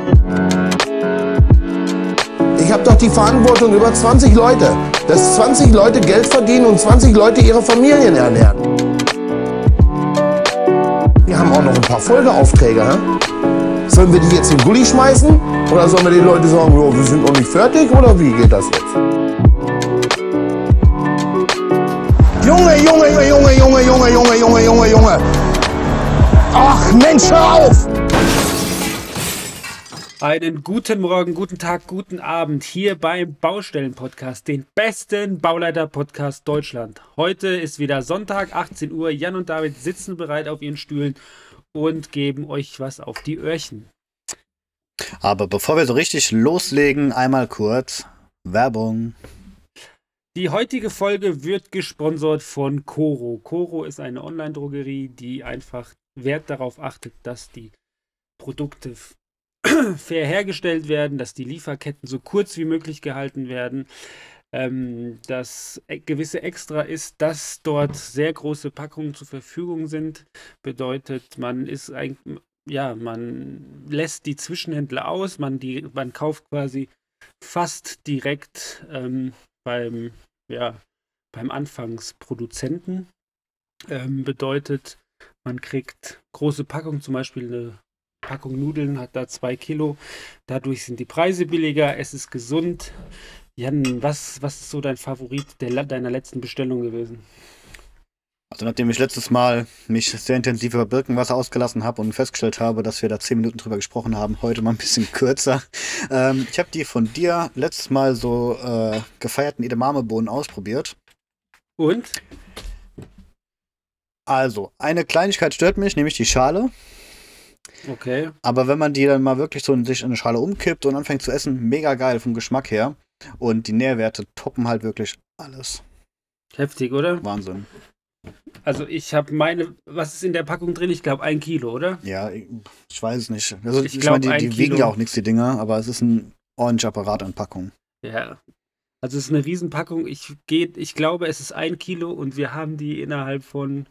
Ich habe doch die Verantwortung über 20 Leute, dass 20 Leute Geld verdienen und 20 Leute ihre Familien ernähren. Wir haben auch noch ein paar Folgeaufträge. Hä? Sollen wir die jetzt in den Gully schmeißen? Oder sollen wir den Leuten sagen, jo, wir sind noch nicht fertig? Oder wie geht das jetzt? Junge. Ach Mensch, hör auf! Einen guten Morgen, guten Tag, guten Abend hier beim Baustellen-Podcast, den besten Bauleiter-Podcast Deutschland. Heute ist wieder Sonntag, 18 Uhr. Jan und David sitzen bereit auf ihren Stühlen und geben euch was auf die Öhrchen. Aber bevor wir so richtig loslegen, einmal kurz Werbung. Die heutige Folge wird gesponsert von Coro. Coro ist eine Online-Drogerie, die einfach Wert darauf achtet, dass die Produkte fair hergestellt werden, dass die Lieferketten so kurz wie möglich gehalten werden. Das gewisse Extra ist, dass dort sehr große Packungen zur Verfügung sind. Bedeutet, man lässt die Zwischenhändler aus, man kauft quasi fast direkt beim Anfangsproduzenten. Bedeutet, man kriegt große Packungen, zum Beispiel eine Packung Nudeln hat da 2 Kilo. Dadurch sind die Preise billiger, es ist gesund. Jan, was ist so dein Favorit deiner letzten Bestellung gewesen? Also nachdem ich letztes Mal mich sehr intensiv über Birkenwasser ausgelassen habe und festgestellt habe, dass wir da 10 Minuten drüber gesprochen haben, heute mal ein bisschen kürzer. Ich habe die von dir letztes Mal so gefeierten Edamamebohnen ausprobiert. Und? Also, eine Kleinigkeit stört mich, nämlich die Schale. Okay. Aber wenn man die dann mal wirklich so in sich in eine Schale umkippt und anfängt zu essen, mega geil vom Geschmack her. Und die Nährwerte toppen halt wirklich alles. Heftig, oder? Wahnsinn. Also ich habe was ist in der Packung drin? Ich glaube 1 Kilo, oder? Ja, ich weiß es nicht. Also ich meine, die wiegen ja auch nichts, die Dinger, aber es ist ein ordentlicher Apparat an Packung. Ja. Also es ist eine Riesenpackung. Ich glaube, es ist 1 Kilo und wir haben die innerhalb von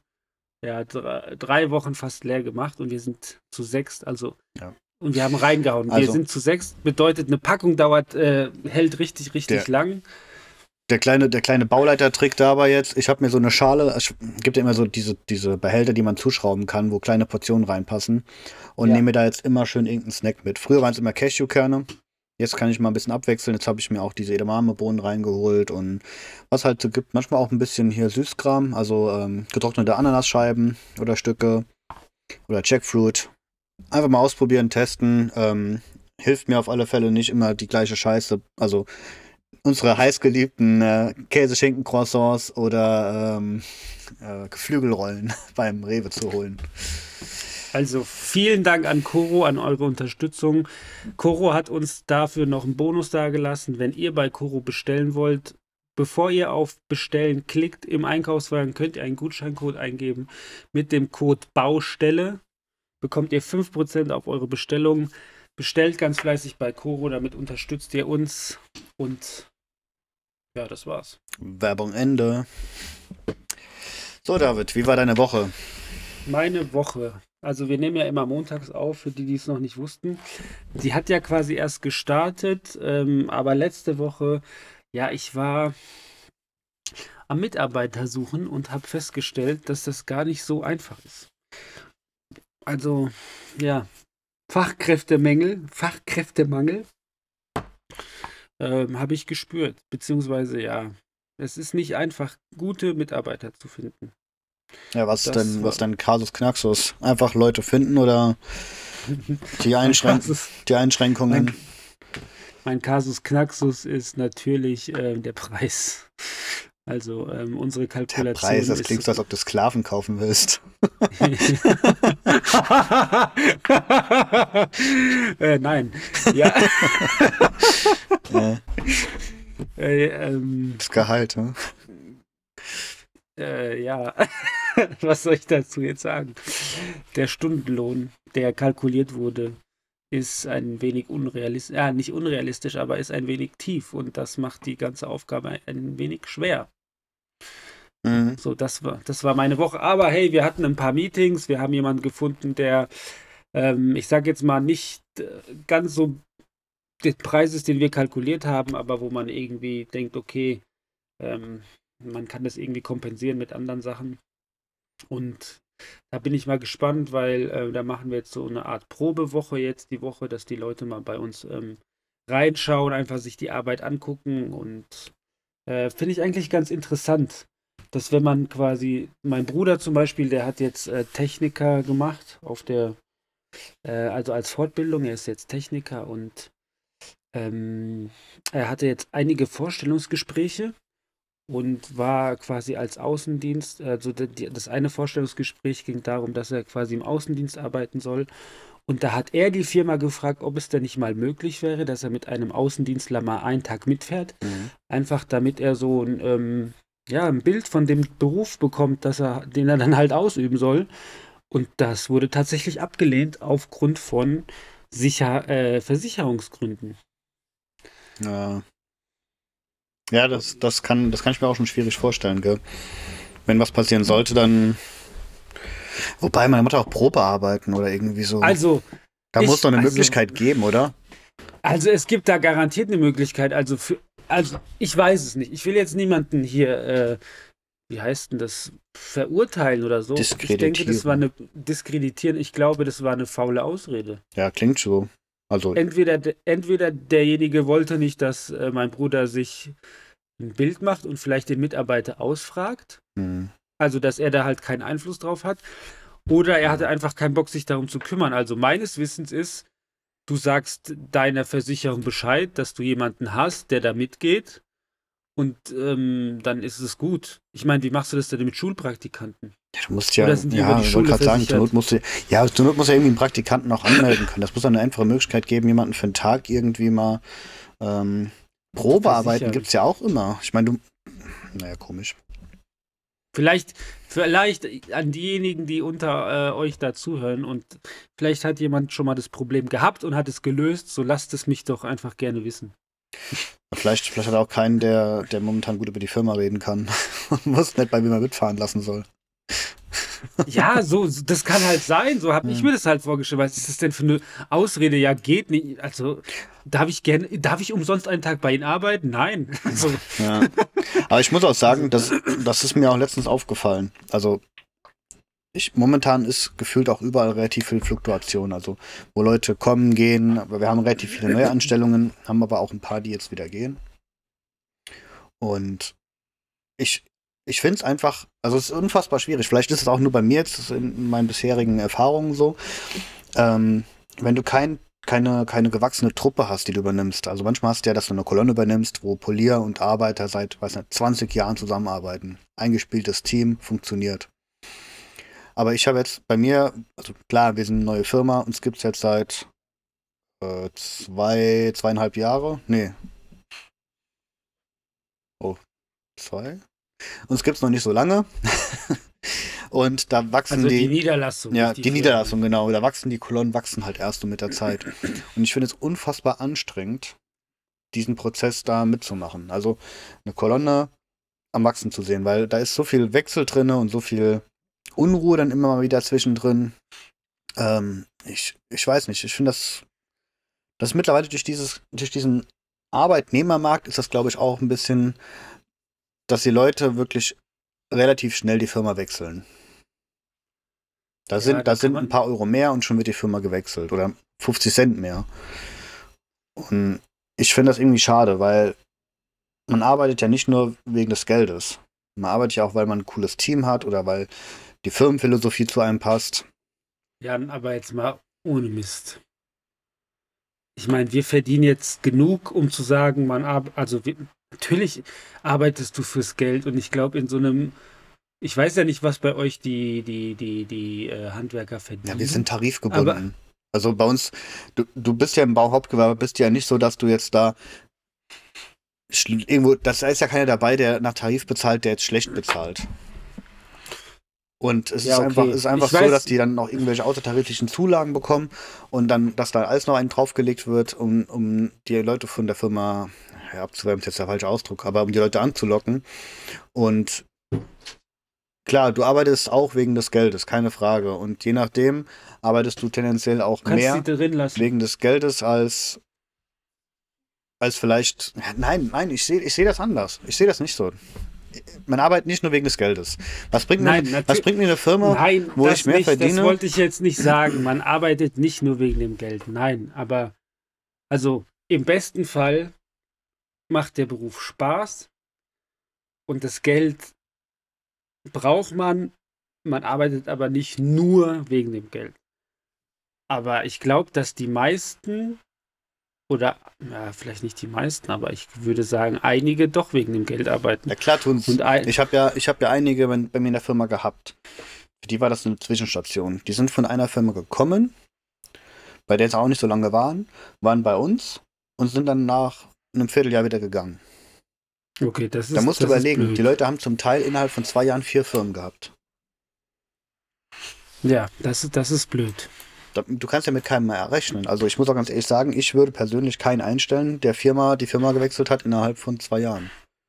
3 Wochen fast leer gemacht und wir sind zu 6, also und wir haben reingehauen. Wir sind zu 6, bedeutet eine Packung hält richtig lang. Der kleine Bauleitertrick dabei jetzt, ich habe mir so eine Schale, es gibt ja immer so diese Behälter, die man zuschrauben kann, wo kleine Portionen reinpassen und nehme da jetzt immer schön irgendeinen Snack mit. Früher waren es immer Cashewkerne. Jetzt kann ich mal ein bisschen abwechseln. Jetzt habe ich mir auch diese Edamamebohnen reingeholt und was halt so gibt. Manchmal auch ein bisschen hier Süßkram, also getrocknete Ananasscheiben oder Stücke oder Jackfruit. Einfach mal ausprobieren, testen. Hilft mir auf alle Fälle nicht immer die gleiche Scheiße. Also unsere heißgeliebten Käse-Schinken-Croissants oder Geflügelrollen beim Rewe zu holen. Also vielen Dank an Coro, an eure Unterstützung. Coro hat uns dafür noch einen Bonus dagelassen. Wenn ihr bei Coro bestellen wollt, bevor ihr auf Bestellen klickt im Einkaufswagen, könnt ihr einen Gutscheincode eingeben. Mit dem Code Baustelle bekommt ihr 5% auf eure Bestellung. Bestellt ganz fleißig bei Coro, damit unterstützt ihr uns. Und ja, das war's. Werbung Ende. So David, wie war deine Woche? Meine Woche. Also wir nehmen ja immer montags auf, für die es noch nicht wussten. Die hat ja quasi erst gestartet, aber letzte Woche, ich war am Mitarbeiter suchen und habe festgestellt, dass das gar nicht so einfach ist. Also, Fachkräftemangel habe ich gespürt, beziehungsweise es ist nicht einfach, gute Mitarbeiter zu finden. Ja, was ist denn Kasus Knaxus? Einfach Leute finden oder die Einschränkungen? Mein Kasus Knaxus ist natürlich der Preis. Also unsere Kalkulation. Der Preis, das klingt so, als ob du Sklaven kaufen willst. Nein. Ja. Das Gehalt, ne? Was soll ich dazu jetzt sagen? Der Stundenlohn, der kalkuliert wurde, ist ein wenig unrealistisch, nicht unrealistisch, aber ist ein wenig tief und das macht die ganze Aufgabe ein wenig schwer. So, das war meine Woche. Aber hey, wir hatten ein paar Meetings, wir haben jemanden gefunden, der Ich sage jetzt mal nicht ganz so des Preises, den wir kalkuliert haben, aber wo man irgendwie denkt, okay, man kann das irgendwie kompensieren mit anderen Sachen. Und da bin ich mal gespannt, weil da machen wir jetzt so eine Art Probewoche jetzt die Woche, dass die Leute mal bei uns reinschauen, einfach sich die Arbeit angucken und finde ich eigentlich ganz interessant, dass wenn man quasi, mein Bruder zum Beispiel, der hat jetzt Techniker gemacht also als Fortbildung, er ist jetzt Techniker und er hatte jetzt einige Vorstellungsgespräche und war quasi als Außendienst, also das eine Vorstellungsgespräch ging darum, dass er quasi im Außendienst arbeiten soll. Und da hat er die Firma gefragt, ob es denn nicht mal möglich wäre, dass er mit einem Außendienstler mal einen Tag mitfährt. Einfach damit er so ein Bild von dem Beruf bekommt, den er dann halt ausüben soll. Und das wurde tatsächlich abgelehnt aufgrund von Versicherungsgründen. Ja, ja, das kann ich mir auch schon schwierig vorstellen, gell? Wenn was passieren sollte, dann. Wobei, man macht auch Probearbeiten oder irgendwie so. Also, Da muss doch eine Möglichkeit geben, oder? Also es gibt da garantiert eine Möglichkeit. Also ich weiß es nicht. Ich will jetzt niemanden hier, wie heißt denn das, verurteilen oder so. Ich denke, das war eine diskreditieren. Ich glaube, das war eine faule Ausrede. Ja, klingt so. Also Entweder derjenige wollte nicht, dass mein Bruder sich ein Bild macht und vielleicht den Mitarbeiter ausfragt. Also, dass er da halt keinen Einfluss drauf hat. Oder er hatte einfach keinen Bock, sich darum zu kümmern. Also meines Wissens ist, du sagst deiner Versicherung Bescheid, dass du jemanden hast, der da mitgeht. Und dann ist es gut. Ich meine, wie machst du das denn mit Schulpraktikanten? ja, du musst ja, Oder sind die über die ich Schule wollte gerade sagen, versichert? zur Not muss ja irgendwie ein Praktikanten auch anmelden können. Das muss eine einfache Möglichkeit geben, jemanden für einen Tag irgendwie mal Probearbeiten Versichern. gibt es ja auch immer. Ich meine, naja, komisch. Vielleicht an diejenigen, die unter euch da zuhören und vielleicht hat jemand schon mal das Problem gehabt und hat es gelöst, so lasst es mich doch einfach gerne wissen. Vielleicht hat er auch keinen, der momentan gut über die Firma reden kann und muss nicht bei mir mal mitfahren lassen soll. Ja, das kann halt sein, so habe ich mir das halt vorgestellt. Was ist das denn für eine Ausrede? Ja, geht nicht. Also, darf ich umsonst einen Tag bei Ihnen arbeiten? Nein. Also, Ja. Aber ich muss auch sagen, das ist mir auch letztens aufgefallen. Also momentan ist gefühlt auch überall relativ viel Fluktuation. Also wo Leute kommen, gehen, aber wir haben relativ viele Neuanstellungen, haben aber auch ein paar, die jetzt wieder gehen. Und ich finde es einfach, also es ist unfassbar schwierig. Vielleicht ist es auch nur bei mir jetzt in meinen bisherigen Erfahrungen so. Wenn du keine gewachsene Truppe hast, die du übernimmst. Also manchmal hast du ja, dass du eine Kolonne übernimmst, wo Polier und Arbeiter seit, 20 Jahren zusammenarbeiten. Eingespieltes Team, funktioniert. Aber ich habe jetzt bei mir, also klar, wir sind eine neue Firma, uns gibt es jetzt seit 2,5 Jahre. Nee. Oh, 2? Uns gibt es noch nicht so lange. Und da wachsen also die Niederlassung. Ja, nicht die Firma. Niederlassung, genau. Da wachsen die Kolonnen, wachsen halt erst so mit der Zeit. Und ich finde es unfassbar anstrengend, diesen Prozess da mitzumachen. Also eine Kolonne am Wachsen zu sehen, weil da ist so viel Wechsel drin und so viel Unruhe dann immer mal wieder zwischendrin. Ich weiß nicht, ich finde das mittlerweile durch diesen Arbeitnehmermarkt ist das, glaube ich, auch ein bisschen, dass die Leute wirklich relativ schnell die Firma wechseln. Da sind ein paar Euro mehr und schon wird die Firma gewechselt. Oder 50 Cent mehr. Und ich finde das irgendwie schade, weil man arbeitet ja nicht nur wegen des Geldes. Man arbeitet ja auch, weil man ein cooles Team hat oder weil die Firmenphilosophie zu einem passt. Jan, aber jetzt mal ohne Mist. Ich meine, wir verdienen jetzt genug, um zu sagen, natürlich arbeitest du fürs Geld und ich glaube in so einem, ich weiß ja nicht, was bei euch die Handwerker verdienen. Ja, wir sind tarifgebunden. Also bei uns, du bist ja im Bauhauptgewerbe, bist ja nicht so, dass du jetzt da irgendwo, da ist ja keiner dabei, der nach Tarif bezahlt, der jetzt schlecht bezahlt. Und es ist einfach so, dass die dann noch irgendwelche außertariflichen Zulagen bekommen und dann, dass da alles noch einen draufgelegt wird, um die Leute von der Firma, ja, abzuwerben ist jetzt der falsche Ausdruck, aber um die Leute anzulocken. Und klar, du arbeitest auch wegen des Geldes, keine Frage. Und je nachdem arbeitest du tendenziell auch Kannst mehr sie drin lassen. wegen des Geldes als vielleicht. Ja, nein, ich seh das anders. Ich sehe das nicht so. Man arbeitet nicht nur wegen des Geldes. Was bringt Nein, mir eine Firma, Nein, wo das ich mehr nicht, das verdiene? wollte ich jetzt nicht sagen. Man arbeitet nicht nur wegen dem Geld. Nein, aber also im besten Fall macht der Beruf Spaß und das Geld braucht man. Man arbeitet aber nicht nur wegen dem Geld. Aber ich glaube, dass die meisten oder ja, vielleicht nicht die meisten, aber ich würde sagen, einige doch wegen dem Geld arbeiten. Ja, klar tun's. Und Ich habe ja einige bei mir in der Firma gehabt. Für die war das eine Zwischenstation. Die sind von einer Firma gekommen, bei der sie auch nicht so lange waren bei uns und sind dann nach einem Vierteljahr wieder gegangen. okay, das ist Da musst du das ist überlegen, blöd. die Leute haben zum Teil innerhalb von 2 Jahren 4 Firmen gehabt. Ja, das ist blöd. Du kannst ja mit keinem mehr rechnen. Also ich muss auch ganz ehrlich sagen, ich würde persönlich keinen einstellen, der die Firma gewechselt hat innerhalb von 2 Jahren.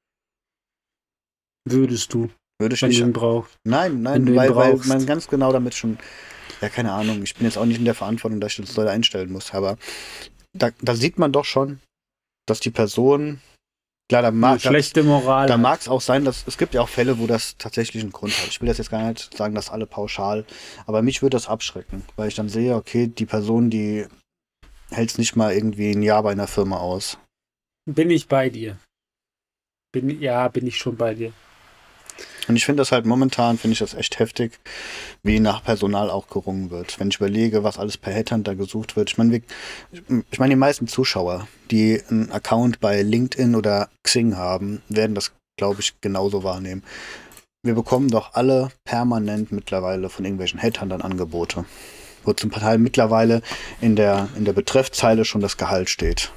Würdest du, Würde ich wenn du nicht. ihn brauchst. Nein, wenn du ihn weil brauchst. man ganz genau damit schon, ja, keine Ahnung, ich bin jetzt auch nicht in der Verantwortung, dass ich das Leute einstellen muss, aber da sieht man doch schon, dass die Person, klar, Schlechte Moral. da mag es auch sein, dass es gibt ja auch Fälle, wo das tatsächlich einen Grund hat. Ich will das jetzt gar nicht sagen, dass alle pauschal, aber mich würde das abschrecken, weil ich dann sehe, okay, die Person, die hält es nicht mal irgendwie ein Jahr bei einer Firma aus. Bin ich bei dir. Bin ich schon bei dir. Und ich finde das halt momentan, finde ich das echt heftig, wie nach Personal auch gerungen wird. Wenn ich überlege, was alles per Headhunter gesucht wird. Ich meine, die meisten Zuschauer, die einen Account bei LinkedIn oder Xing haben, werden das, glaube ich, genauso wahrnehmen. Wir bekommen doch alle permanent mittlerweile von irgendwelchen Headhuntern Angebote, wo zum Teil mittlerweile in der Betreffzeile schon das Gehalt steht.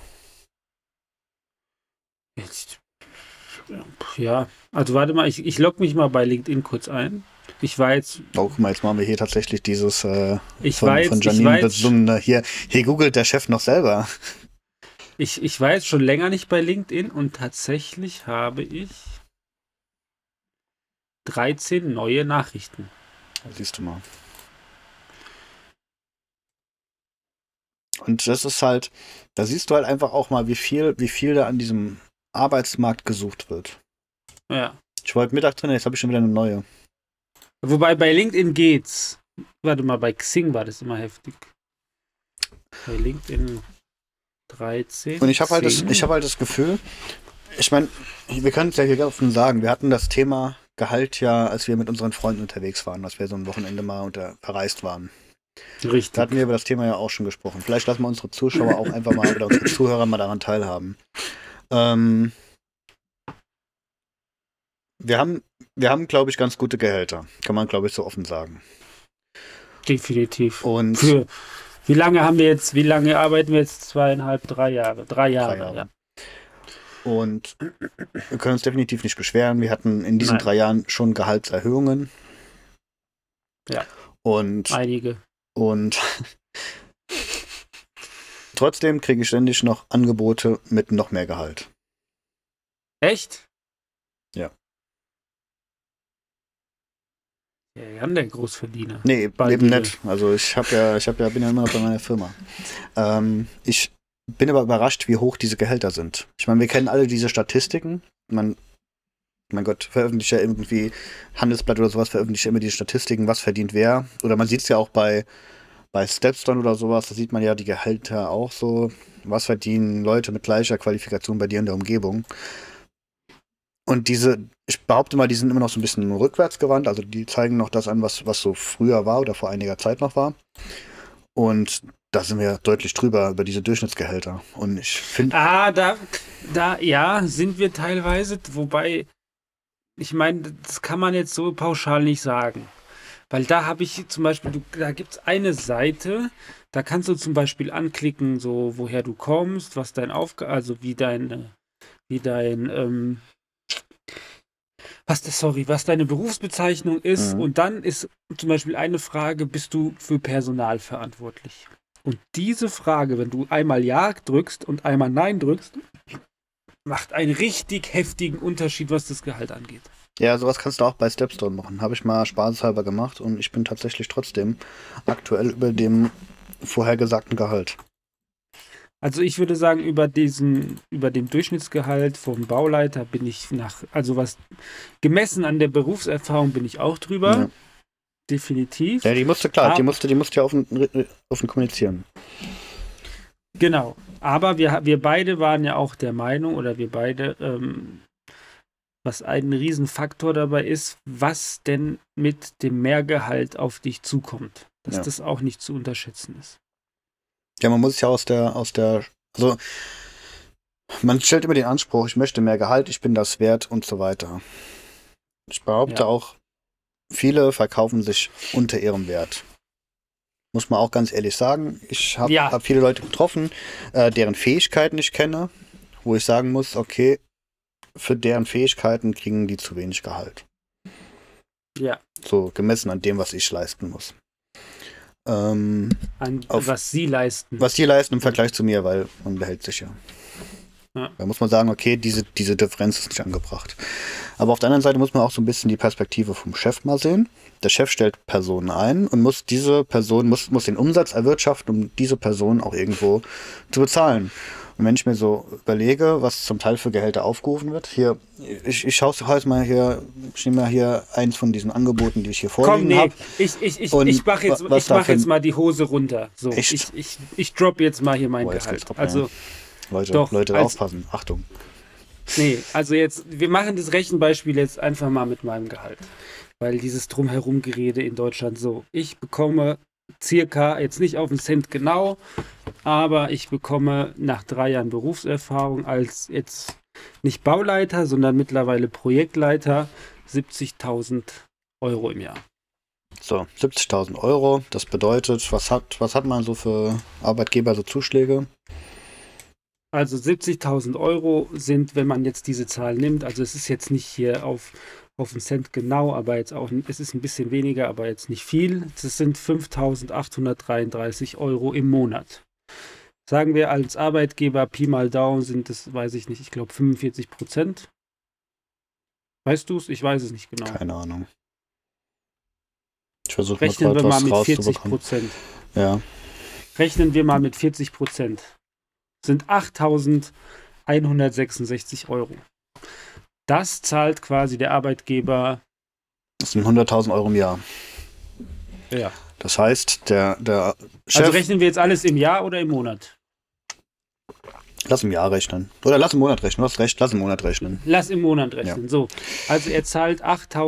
Ja, also warte mal, ich logge mich mal bei LinkedIn kurz ein. Ich war jetzt, Oh, guck mal, jetzt machen wir hier tatsächlich dieses ich von war jetzt, ich Janine war jetzt, besungene. Hier googelt der Chef noch selber. ich war jetzt schon länger nicht bei LinkedIn und tatsächlich habe ich 13 neue Nachrichten. Siehst du mal. Und das ist halt, da siehst du halt einfach auch mal, wie viel da an diesem Arbeitsmarkt gesucht wird. Ja. Ich war heute Mittag drin, jetzt habe ich schon wieder eine neue. Wobei bei LinkedIn geht's. Warte mal, bei Xing war das immer heftig. Bei LinkedIn 13. Und ich habe halt Xing. das Gefühl, ich meine, wir können es ja hier offen sagen, wir hatten das Thema Gehalt ja, als wir mit unseren Freunden unterwegs waren, als wir so ein Wochenende mal verreist waren. Richtig. Da hatten wir über das Thema ja auch schon gesprochen. Vielleicht lassen wir unsere Zuschauer auch einfach mal oder unsere Zuhörer mal daran teilhaben. Wir haben, glaube ich, ganz gute Gehälter. Kann man, glaube ich, so offen sagen. Definitiv. Und Für wie lange arbeiten wir jetzt? 2,5, 3 Jahre. 3 Jahre, 3 Jahre. ja. Und wir können uns definitiv nicht beschweren. Wir hatten in diesen Nein. 3 Jahren schon Gehaltserhöhungen. Ja. Und Einige. trotzdem kriege ich ständig noch Angebote mit noch mehr Gehalt. Echt? Ja. Ja, Jan, der Großverdiener. Nee, Bei eben dir. nicht. Also bin ja immer noch bei meiner Firma. Ich bin aber überrascht, wie hoch diese Gehälter sind. Ich meine, wir kennen alle diese Statistiken. Mein Gott, veröffentlicht ja irgendwie Handelsblatt oder sowas, veröffentlicht ja immer die Statistiken, was verdient wer. Oder man sieht es ja auch bei Stepstone oder sowas, da sieht man ja die Gehälter auch so. Was verdienen Leute mit gleicher Qualifikation bei dir in der Umgebung? Und ich behaupte mal, die sind immer noch so ein bisschen rückwärts gewandt. Also die zeigen noch das an, was so früher war oder vor einiger Zeit noch war. Und da sind wir deutlich drüber über diese Durchschnittsgehälter. Und ich finde. Ja, sind wir teilweise, wobei, ich meine, das kann man jetzt so pauschal nicht sagen. Weil da habe ich zum Beispiel, da gibt es eine Seite, da kannst du zum Beispiel anklicken, so woher du kommst, was dein also was deine Berufsbezeichnung ist. Mhm. Und dann ist zum Beispiel eine Frage, bist du für Personal verantwortlich? Und diese Frage, wenn du einmal Ja drückst und einmal Nein drückst, macht einen richtig heftigen Unterschied, was das Gehalt angeht. Ja, sowas kannst du auch bei Stepstone machen. Habe ich mal spaßeshalber gemacht und ich bin tatsächlich trotzdem aktuell über dem vorhergesagten Gehalt. Also ich würde sagen, über dem Durchschnittsgehalt vom Bauleiter bin ich also was gemessen an der Berufserfahrung bin ich auch drüber. Ja. Definitiv. Ja, die musste ja offen kommunizieren. Genau. Aber wir beide waren ja auch der Meinung, oder wir beide, was ein Riesenfaktor dabei ist, was denn mit dem Mehrgehalt auf dich zukommt. Dass das auch nicht zu unterschätzen ist. Ja, man muss ja also man stellt immer den Anspruch, ich möchte mehr Gehalt, ich bin das wert und so weiter. Ich behaupte auch, viele verkaufen sich unter ihrem Wert. Muss man auch ganz ehrlich sagen. Ich hab viele Leute getroffen, deren Fähigkeiten ich kenne, wo ich sagen muss, okay, für deren Fähigkeiten kriegen die zu wenig Gehalt. Ja. So gemessen an dem, was ich leisten muss. Was sie leisten. Was die leisten im Vergleich zu mir, weil man behält sich ja. Da muss man sagen, okay, diese Differenz ist nicht angebracht. Aber auf der anderen Seite muss man auch so ein bisschen die Perspektive vom Chef mal sehen. Der Chef stellt Personen ein und muss diese Person, muss den Umsatz erwirtschaften, um diese Person auch irgendwo zu bezahlen. Und wenn ich mir so überlege, was zum Teil für Gehälter aufgerufen wird, hier, ich schaue jetzt mal hier, ich nehme mal hier eins von diesen Angeboten, die ich hier vorliegen habe. Ich mach jetzt mal die Hose runter. So, ich drop jetzt mal hier mein Gehalt. Also Leute, aufpassen, Achtung. Nee, also wir machen das Rechenbeispiel jetzt einfach mal mit meinem Gehalt. Weil dieses Drumherum-Gerede in Deutschland so, ich bekomme circa, jetzt nicht auf den Cent genau, aber ich bekomme nach 3 Jahren Berufserfahrung als jetzt nicht Bauleiter, sondern mittlerweile Projektleiter 70.000 Euro im Jahr. So, 70.000 Euro, das bedeutet, was hat man so für Arbeitgeber, so Zuschläge? Also 70.000 Euro sind, wenn man jetzt diese Zahl nimmt, also es ist jetzt nicht hier auf den Cent genau, aber jetzt auch, es ist ein bisschen weniger, aber jetzt nicht viel. Das sind 5.833 Euro im Monat. Sagen wir als Arbeitgeber Pi mal Daumen sind das, weiß ich nicht, ich glaube 45%. Weißt du es? Ich weiß es nicht genau. Keine Ahnung. Ich versuche mal gerade was rauszubekommen. Ja. Rechnen wir mal mit 40%. Sind 8.166 Euro. Das zahlt quasi der Arbeitgeber. Das sind 100.000 Euro im Jahr. Ja. Das heißt, der Chef... Also rechnen wir jetzt alles im Jahr oder im Monat? Lass im Jahr rechnen. Oder lass im Monat rechnen. Du hast recht, lass im Monat rechnen. Lass im Monat rechnen. Ja. So. Also er zahlt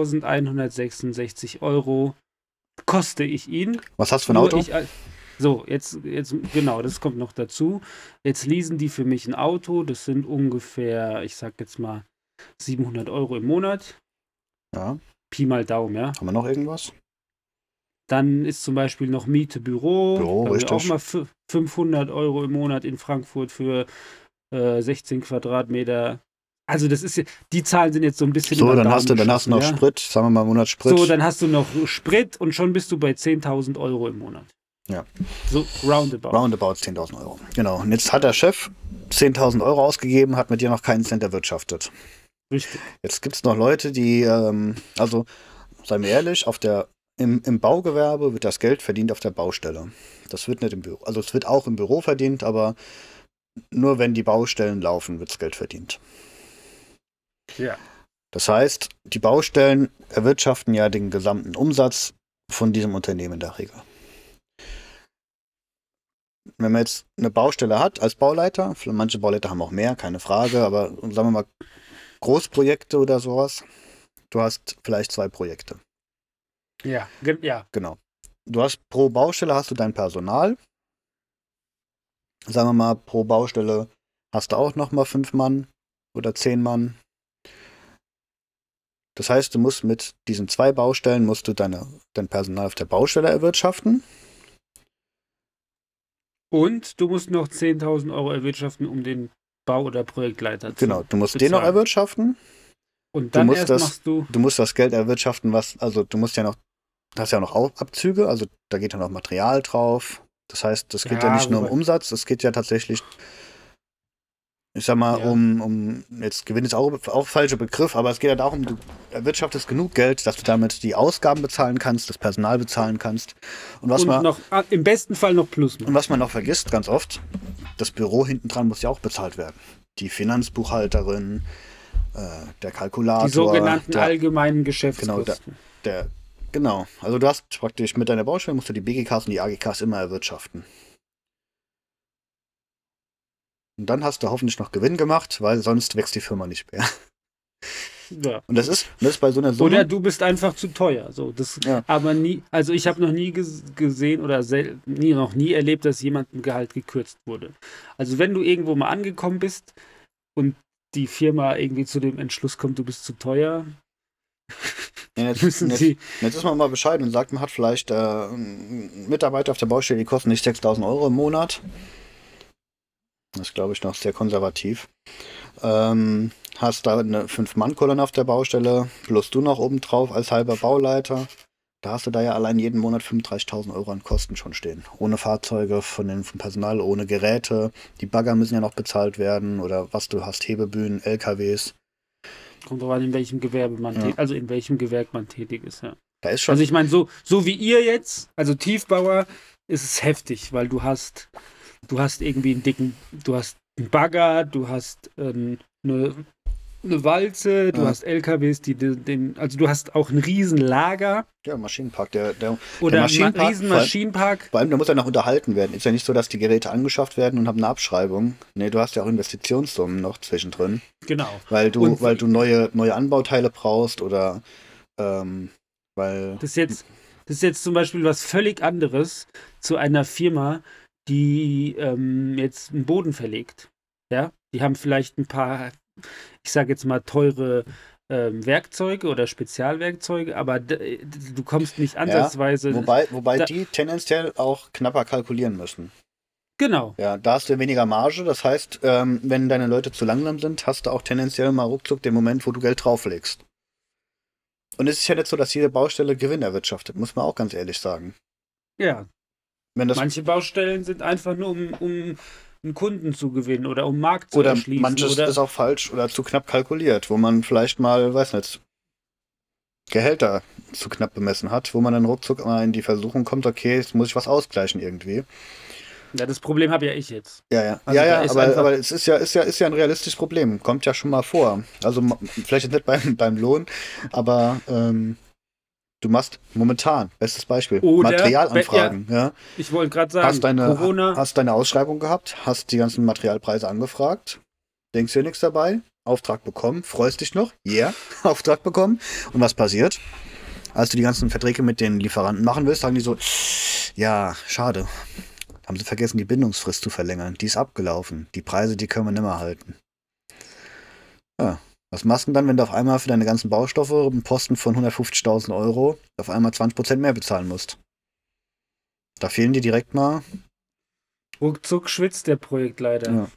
8.166 Euro. Koste ich ihn. Was hast du für ein Auto? Jetzt, genau, das kommt noch dazu. Jetzt leasen die für mich ein Auto. Das sind ungefähr, ich sag jetzt mal, 700 Euro im Monat. Ja. Pi mal Daumen, ja. Haben wir noch irgendwas? Dann ist zum Beispiel noch Miete, Büro richtig. Auch mal 500 Euro im Monat in Frankfurt für 16 Quadratmeter. Also das ist die Zahlen sind jetzt so ein bisschen. So, dann hast du noch Sprit, sagen wir mal Monatssprit. So, dann hast du noch Sprit und schon bist du bei 10.000 Euro im Monat. Ja. So roundabout. Roundabout 10.000 Euro. Genau. Und jetzt hat der Chef 10.000 Euro ausgegeben, hat mit dir noch keinen Cent erwirtschaftet. Richtig. Jetzt gibt es noch Leute, die, also, seien wir ehrlich, im Baugewerbe wird das Geld verdient auf der Baustelle. Das wird nicht im Büro. Also es wird auch im Büro verdient, aber nur wenn die Baustellen laufen, wird das Geld verdient. Ja. Das heißt, die Baustellen erwirtschaften ja den gesamten Umsatz von diesem Unternehmen in der Regel. Wenn man jetzt eine Baustelle hat als Bauleiter, manche Bauleiter haben auch mehr, keine Frage, aber sagen wir mal Großprojekte oder sowas, du hast vielleicht 2 Projekte. Ja. Genau. Du hast pro Baustelle hast du dein Personal. Sagen wir mal, pro Baustelle hast du auch nochmal 5 Mann oder 10 Mann. Das heißt, du musst mit diesen 2 Baustellen musst du dein Personal auf der Baustelle erwirtschaften. Und du musst noch 10.000 Euro erwirtschaften, um den Bau- oder Projektleiter zu Genau, du musst den noch erwirtschaften. Und dann machst du... Du musst das Geld erwirtschaften, du musst ja noch, hast ja noch Abzüge, also da geht ja noch Material drauf. Das heißt, das geht ja nicht nur um Umsatz, es geht ja tatsächlich Ich sag mal, Ja. jetzt Gewinn ist auch falscher Begriff, aber es geht ja darum, du erwirtschaftest genug Geld, dass du damit die Ausgaben bezahlen kannst, das Personal bezahlen kannst. Und Und noch im besten Fall noch Plus machen. was man noch vergisst, ganz oft, das Büro hinten dran muss ja auch bezahlt werden. Die Finanzbuchhalterin, der Kalkulator. Die sogenannten allgemeinen Genau, Geschäftskosten. genau. Also du hast praktisch mit deiner Baustelle musst du die BGKs und die AGKs immer erwirtschaften. Und dann hast du hoffentlich noch Gewinn gemacht, weil sonst wächst die Firma nicht mehr. Ja. Und das ist bei so einer Summe. Oder du bist einfach zu teuer. So, Ja. aber nie, also ich habe noch nie gesehen oder noch nie erlebt, dass jemand ein Gehalt gekürzt wurde. Also wenn du irgendwo mal angekommen bist und die Firma irgendwie zu dem Entschluss kommt, du bist zu teuer, Jetzt ist man mal bescheiden und sagt, man hat vielleicht einen Mitarbeiter auf der Baustelle, die kosten nicht 6.000 Euro im Monat. Das ist, glaube ich, noch sehr konservativ. Hast da eine 5-Mann-Kolonne auf der Baustelle, plus du noch obendrauf als halber Bauleiter. Da hast du da ja allein jeden Monat 35.000 Euro an Kosten schon stehen. Ohne Fahrzeuge vom Personal, ohne Geräte. Die Bagger müssen ja noch bezahlt werden oder was du hast, Hebebühnen, LKWs. kommt drauf an, in welchem Gewerbe man also in welchem Gewerk man tätig ist, ja. Da ist schon. Also ich meine, so wie ihr jetzt, also Tiefbauer, ist es heftig, weil du hast irgendwie du hast einen Bagger, du hast eine Walze, du hast LKWs, also du hast auch ein Riesenlager. Ja, Maschinenpark. Oder der einen Maschinenpark, riesen Maschinenpark. Vor allem, der muss ja noch unterhalten werden. Ist ja nicht so, dass die Geräte angeschafft werden und haben eine Abschreibung. Nee, du hast ja auch Investitionssummen noch zwischendrin. Genau. Weil du neue Anbauteile brauchst oder weil. Das ist jetzt zum Beispiel was völlig anderes zu einer Firma, die jetzt einen Boden verlegt. Ja, die haben vielleicht ein paar, ich sage jetzt mal, teure Werkzeuge oder Spezialwerkzeuge, aber du kommst nicht ansatzweise. Wobei die tendenziell auch knapper kalkulieren müssen. Genau. Ja, da hast du weniger Marge. Das heißt, wenn deine Leute zu langsam sind, hast du auch tendenziell mal ruckzuck den Moment, wo du Geld drauflegst. Und es ist ja nicht so, dass jede Baustelle Gewinn erwirtschaftet, muss man auch ganz ehrlich sagen. Ja. Manche Baustellen sind einfach nur, um einen Kunden zu gewinnen oder um Markt zu erschließen. Oder manches ist auch falsch oder zu knapp kalkuliert, wo man vielleicht mal, weiß nicht, Gehälter zu knapp bemessen hat, wo man dann ruckzuck mal in die Versuchung kommt, okay, jetzt muss ich was ausgleichen irgendwie. Ja, das Problem habe ja ich jetzt. Ja. Also aber es ist ja ein realistisches Problem. Kommt ja schon mal vor. Also vielleicht nicht beim Lohn, aber du machst momentan, bestes Beispiel, Materialanfragen. Ja. Ich wollte gerade sagen, Corona. Hast deine Ausschreibung gehabt, hast die ganzen Materialpreise angefragt, denkst dir nichts dabei, Auftrag bekommen, freust dich noch, Auftrag bekommen. Und was passiert? Als du die ganzen Verträge mit den Lieferanten machen willst, sagen die so, ja, schade. Haben sie vergessen, die Bindungsfrist zu verlängern. Die ist abgelaufen. Die Preise, die können wir nicht mehr halten. Ja, was machst du denn dann, wenn du auf einmal für deine ganzen Baustoffe einen Posten von 150.000 Euro auf einmal 20% mehr bezahlen musst? Da fehlen dir direkt mal. Ruckzuck schwitzt der Projektleiter. Ja.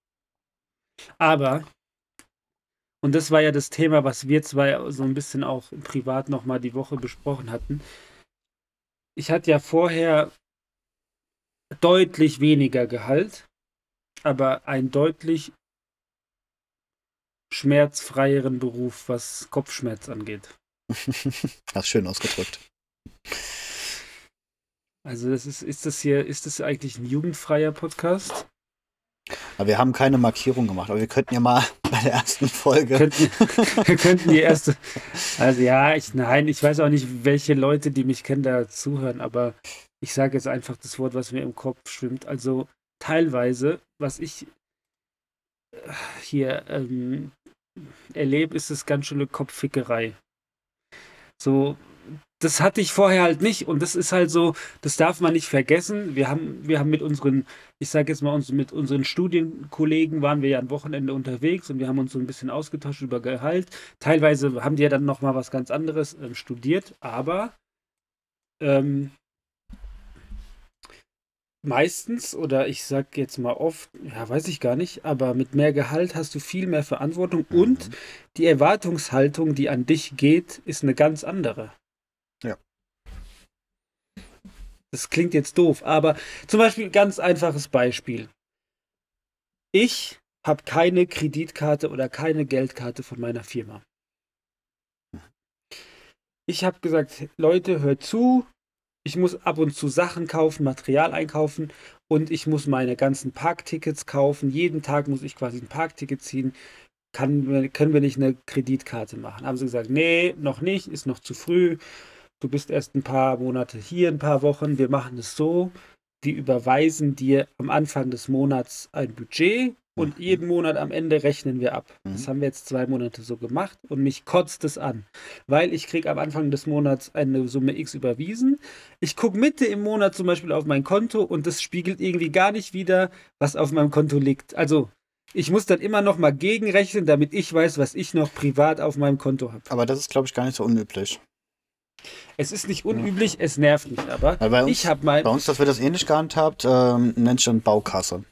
Aber, und das war ja das Thema, was wir zwei so ein bisschen auch privat nochmal die Woche besprochen hatten. Ich hatte ja vorher deutlich weniger Gehalt, aber einen deutlich schmerzfreieren Beruf, was Kopfschmerz angeht. Hast schön ausgedrückt. Also ist das eigentlich ein jugendfreier Podcast? Aber wir haben keine Markierung gemacht, aber wir könnten ja mal bei der ersten Folge. Wir könnten die erste. Also ja, ich weiß auch nicht, welche Leute, die mich kennen, da zuhören, aber ich sage jetzt einfach das Wort, was mir im Kopf schwimmt. Also teilweise, was ich hier erlebe, ist es ganz schöne Kopffickerei. So, das hatte ich vorher halt nicht und das ist halt so, das darf man nicht vergessen. Wir haben mit unseren, ich sage jetzt mal, mit unseren Studienkollegen waren wir ja am Wochenende unterwegs und wir haben uns so ein bisschen ausgetauscht über Gehalt. Teilweise haben die ja dann nochmal was ganz anderes studiert, aber meistens, oder ich sag jetzt mal oft, ja, weiß ich gar nicht, aber mit mehr Gehalt hast du viel mehr Verantwortung und die Erwartungshaltung, die an dich geht, ist eine ganz andere. Ja. Das klingt jetzt doof, aber zum Beispiel ganz einfaches Beispiel. Ich habe keine Kreditkarte oder keine Geldkarte von meiner Firma. Ich habe gesagt, Leute, hört zu, ich muss ab und zu Sachen kaufen, Material einkaufen und ich muss meine ganzen Parktickets kaufen. Jeden Tag muss ich quasi ein Parkticket ziehen. Können wir nicht eine Kreditkarte machen? Haben sie gesagt, nee, noch nicht, ist noch zu früh. Du bist erst ein paar Monate hier, ein paar Wochen. Wir machen es so, wir überweisen dir am Anfang des Monats ein Budget und jeden Monat am Ende rechnen wir ab. Das haben wir jetzt 2 Monate so gemacht und mich kotzt es an, weil ich kriege am Anfang des Monats eine Summe X überwiesen. Ich gucke Mitte im Monat zum Beispiel auf mein Konto und das spiegelt irgendwie gar nicht wider, was auf meinem Konto liegt. Also ich muss dann immer noch mal gegenrechnen, damit ich weiß, was ich noch privat auf meinem Konto habe. Aber das ist, glaube ich, gar nicht so unüblich. Es ist nicht unüblich, es nervt mich aber. Weil bei uns, ich habe mal. Bei uns, dass wir das ähnlich gehandhabt, nennt sich dann Baukasse.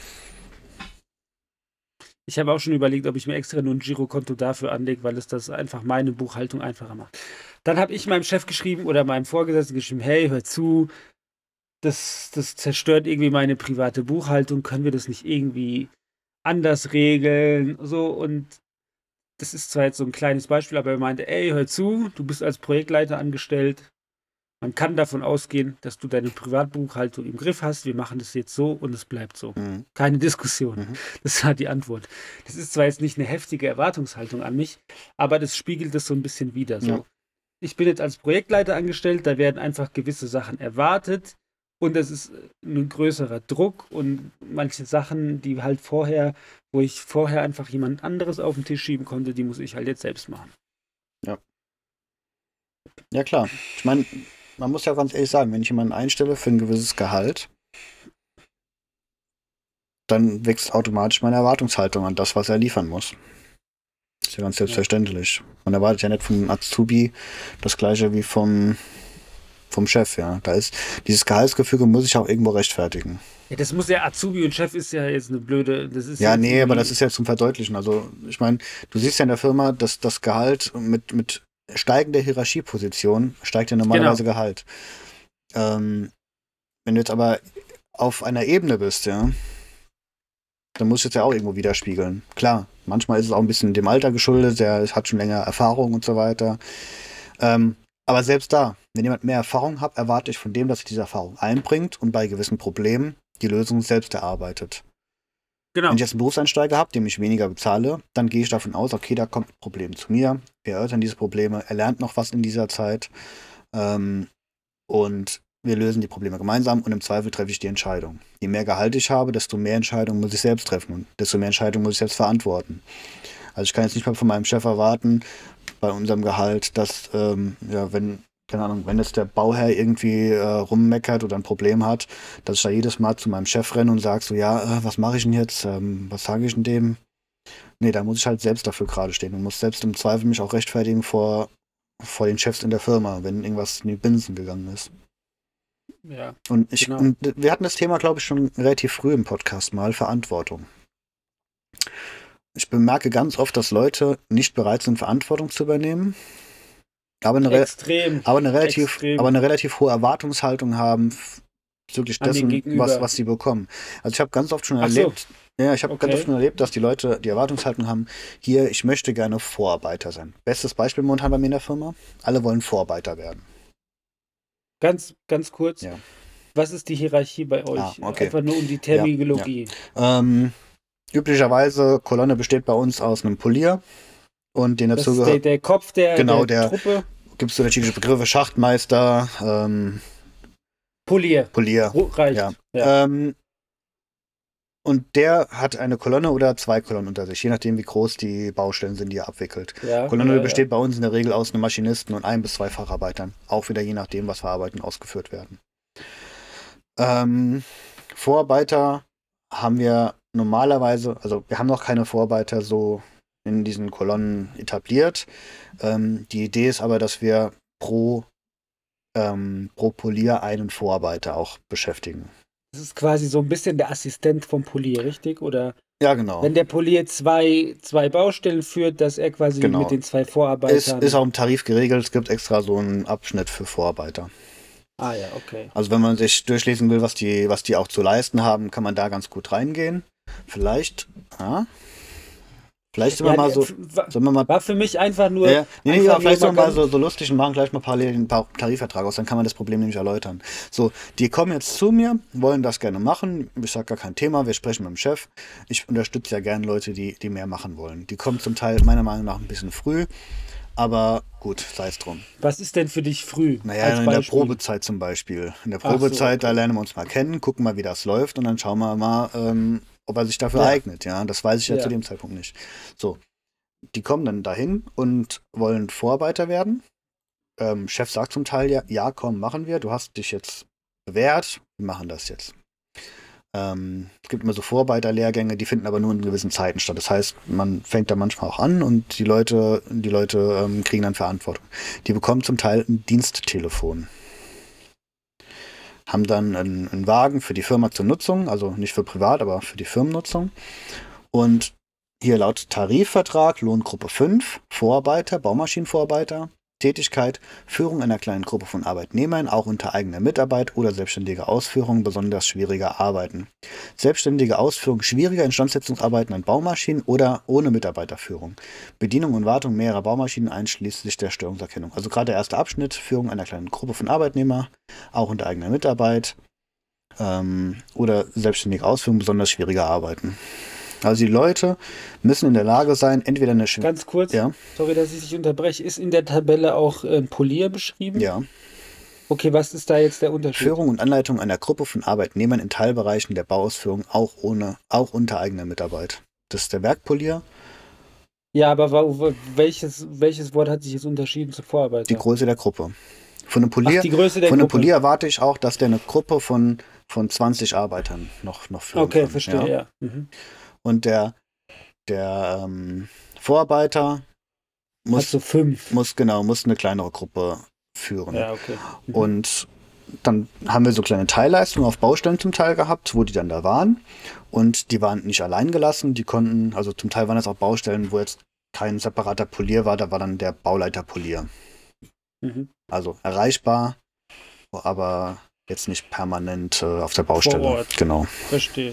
Ich habe auch schon überlegt, ob ich mir extra nur ein Girokonto dafür anlege, weil es das einfach meine Buchhaltung einfacher macht. Dann habe ich meinem Chef geschrieben oder meinem Vorgesetzten geschrieben, hey, hör zu, das zerstört irgendwie meine private Buchhaltung, können wir das nicht irgendwie anders regeln? So, und das ist zwar jetzt so ein kleines Beispiel, aber er meinte, ey, hör zu, du bist als Projektleiter angestellt. Man kann davon ausgehen, dass du deine Privatbuchhaltung im Griff hast. Wir machen das jetzt so und es bleibt so. Keine Diskussion. Das war die Antwort. Das ist zwar jetzt nicht eine heftige Erwartungshaltung an mich, aber das spiegelt das so ein bisschen wider. So. Ja. Ich bin jetzt als Projektleiter angestellt, da werden einfach gewisse Sachen erwartet und es ist ein größerer Druck und manche Sachen, die halt wo ich vorher einfach jemand anderes auf den Tisch schieben konnte, die muss ich halt jetzt selbst machen. Ja, klar. Ich meine, man muss ja ganz ehrlich sagen, wenn ich jemanden einstelle für ein gewisses Gehalt, dann wächst automatisch meine Erwartungshaltung an das, was er liefern muss. Ist ja ganz selbstverständlich. Man erwartet ja nicht vom Azubi das Gleiche wie vom Chef, ja. Da ist dieses Gehaltsgefüge muss ich auch irgendwo rechtfertigen. Ja, das muss ja, Azubi und Chef ist ja jetzt eine blöde, das ist Ja, nee, aber das ist ja zum Verdeutlichen. Also, ich meine, du siehst ja in der Firma, dass das Gehalt mit steigender Hierarchieposition steigt ja normalerweise Gehalt. Wenn du jetzt aber auf einer Ebene bist, ja, dann musst du es ja auch irgendwo widerspiegeln. Klar, manchmal ist es auch ein bisschen dem Alter geschuldet, der hat schon länger Erfahrung und so weiter. Aber selbst da, wenn jemand mehr Erfahrung hat, erwarte ich von dem, dass er diese Erfahrung einbringt und bei gewissen Problemen die Lösung selbst erarbeitet. Genau. Wenn ich jetzt einen Berufseinsteiger habe, dem ich weniger bezahle, dann gehe ich davon aus, okay, da kommt ein Problem zu mir, wir erörtern diese Probleme, er lernt noch was in dieser Zeit und wir lösen die Probleme gemeinsam und im Zweifel treffe ich die Entscheidung. Je mehr Gehalt ich habe, desto mehr Entscheidungen muss ich selbst treffen und desto mehr Entscheidungen muss ich selbst verantworten. Also ich kann jetzt nicht mal von meinem Chef erwarten, bei unserem Gehalt, dass, wenn jetzt der Bauherr irgendwie rummeckert oder ein Problem hat, dass ich da jedes Mal zu meinem Chef renne und sage so, ja, was mache ich denn jetzt? Was sage ich denn dem? Nee, da muss ich halt selbst dafür gerade stehen und muss selbst im Zweifel mich auch rechtfertigen vor den Chefs in der Firma, wenn irgendwas in die Binsen gegangen ist. Ja. Und wir hatten das Thema, glaube ich, schon relativ früh im Podcast mal, Verantwortung. Ich bemerke ganz oft, dass Leute nicht bereit sind, Verantwortung zu übernehmen, aber eine relativ hohe Erwartungshaltung haben bezüglich dessen, was sie bekommen. Also ich habe ganz oft schon erlebt, ganz oft schon erlebt, dass die Leute die Erwartungshaltung haben, hier, ich möchte gerne Vorarbeiter sein. Bestes Beispiel momentan bei mir in der Firma, alle wollen Vorarbeiter werden. Ganz kurz, Ja. Was ist die Hierarchie bei euch? Ah, okay. Einfach nur um die Terminologie. Üblicherweise, Kolonne besteht bei uns aus einem Polier und den dazu gehört. Der Kopf der Truppe. Gibt es unterschiedliche Begriffe, Schachtmeister, Polier. Reicht. Ja. Und der hat eine Kolonne oder 2 Kolonnen unter sich, je nachdem, wie groß die Baustellen sind, die er abwickelt. Ja, Kolonne besteht bei uns in der Regel aus einem Maschinisten und 1 bis 2 Facharbeitern. Auch wieder je nachdem, was für Arbeiten ausgeführt werden. Vorarbeiter haben wir normalerweise, also wir haben noch keine Vorarbeiter so in diesen Kolonnen etabliert. Die Idee ist aber, dass wir pro Polier einen Vorarbeiter auch beschäftigen. Das ist quasi so ein bisschen der Assistent vom Polier, richtig? Oder ja, genau. Wenn der Polier zwei Baustellen führt, dass er quasi mit den 2 Vorarbeitern... Ist auch im Tarif geregelt, es gibt extra so einen Abschnitt für Vorarbeiter. Ah ja, okay. Also wenn man sich durchlesen will, was die auch zu leisten haben, kann man da ganz gut reingehen. Vielleicht sind wir mal so, sollen wir mal war für mich einfach nur. ja, nee, einfach ja, nur vielleicht sollen wir mal ganz- so lustig und machen gleich mal parallel den Tarifvertrag aus, dann kann man das Problem nämlich erläutern. So, die kommen jetzt zu mir, wollen das gerne machen. Ich sage gar kein Thema, wir sprechen mit dem Chef. Ich unterstütze ja gerne Leute, die mehr machen wollen. Die kommen zum Teil meiner Meinung nach ein bisschen früh, aber gut, sei es drum. Was ist denn für dich früh? Naja, als in der Beispiel? Probezeit zum Beispiel. In der Ach so, Probezeit, da okay. lernen wir uns mal kennen, gucken mal, wie das läuft und dann schauen wir mal, ob er sich dafür Ja. eignet. Ja, das weiß ich ja Ja. zu dem Zeitpunkt nicht. So, die kommen dann dahin und wollen Vorarbeiter werden. Chef sagt zum Teil ja, komm, machen wir. Du hast dich jetzt bewährt, wir machen das jetzt. Es gibt immer so Vorarbeiterlehrgänge, die finden aber nur in gewissen Zeiten statt. Das heißt, man fängt da manchmal auch an und die Leute kriegen dann Verantwortung. Die bekommen zum Teil ein Diensttelefon. Haben dann einen Wagen für die Firma zur Nutzung, also nicht für privat, aber für die Firmennutzung. Und hier laut Tarifvertrag, Lohngruppe 5, Vorarbeiter, Baumaschinenvorarbeiter, Tätigkeit, Führung einer kleinen Gruppe von Arbeitnehmern, auch unter eigener Mitarbeit oder selbstständige Ausführung besonders schwieriger Arbeiten. Selbstständige Ausführung schwieriger Instandsetzungsarbeiten an Baumaschinen oder ohne Mitarbeiterführung. Bedienung und Wartung mehrerer Baumaschinen einschließlich der Störungserkennung. Also gerade der erste Abschnitt, Führung einer kleinen Gruppe von Arbeitnehmern, auch unter eigener Mitarbeit oder selbstständige Ausführung besonders schwieriger Arbeiten. Also die Leute müssen in der Lage sein, entweder eine Ganz kurz, Ja, sorry, dass ich dich unterbreche. Ist in der Tabelle auch Polier beschrieben? ja. Okay, was ist da jetzt der Unterschied? Führung und Anleitung einer Gruppe von Arbeitnehmern in Teilbereichen der Bauausführung auch unter eigener Mitarbeit. Das ist der Werkpolier. Ja, aber welches Wort hat sich jetzt unterschieden zu Vorarbeiter? Die Größe der Gruppe. Von einem Polier, Ach, die Größe der von einem Gruppe. Polier erwarte ich auch, dass der eine Gruppe von 20 Arbeitern noch führen Okay, kann. verstehe, Ja? ja. Mhm. Und der Vorarbeiter Hast du 5? muss eine kleinere Gruppe führen. Ja, okay. Mhm. Und dann haben wir so kleine Teilleistungen auf Baustellen zum Teil gehabt, wo die dann da waren. Und die waren nicht allein gelassen. Die konnten, also zum Teil waren das auch Baustellen, wo jetzt kein separater Polier war, da war dann der Bauleiter Polier. Mhm. Also erreichbar, aber jetzt nicht permanent auf der Baustelle. Vor Ort. Genau. Verstehe.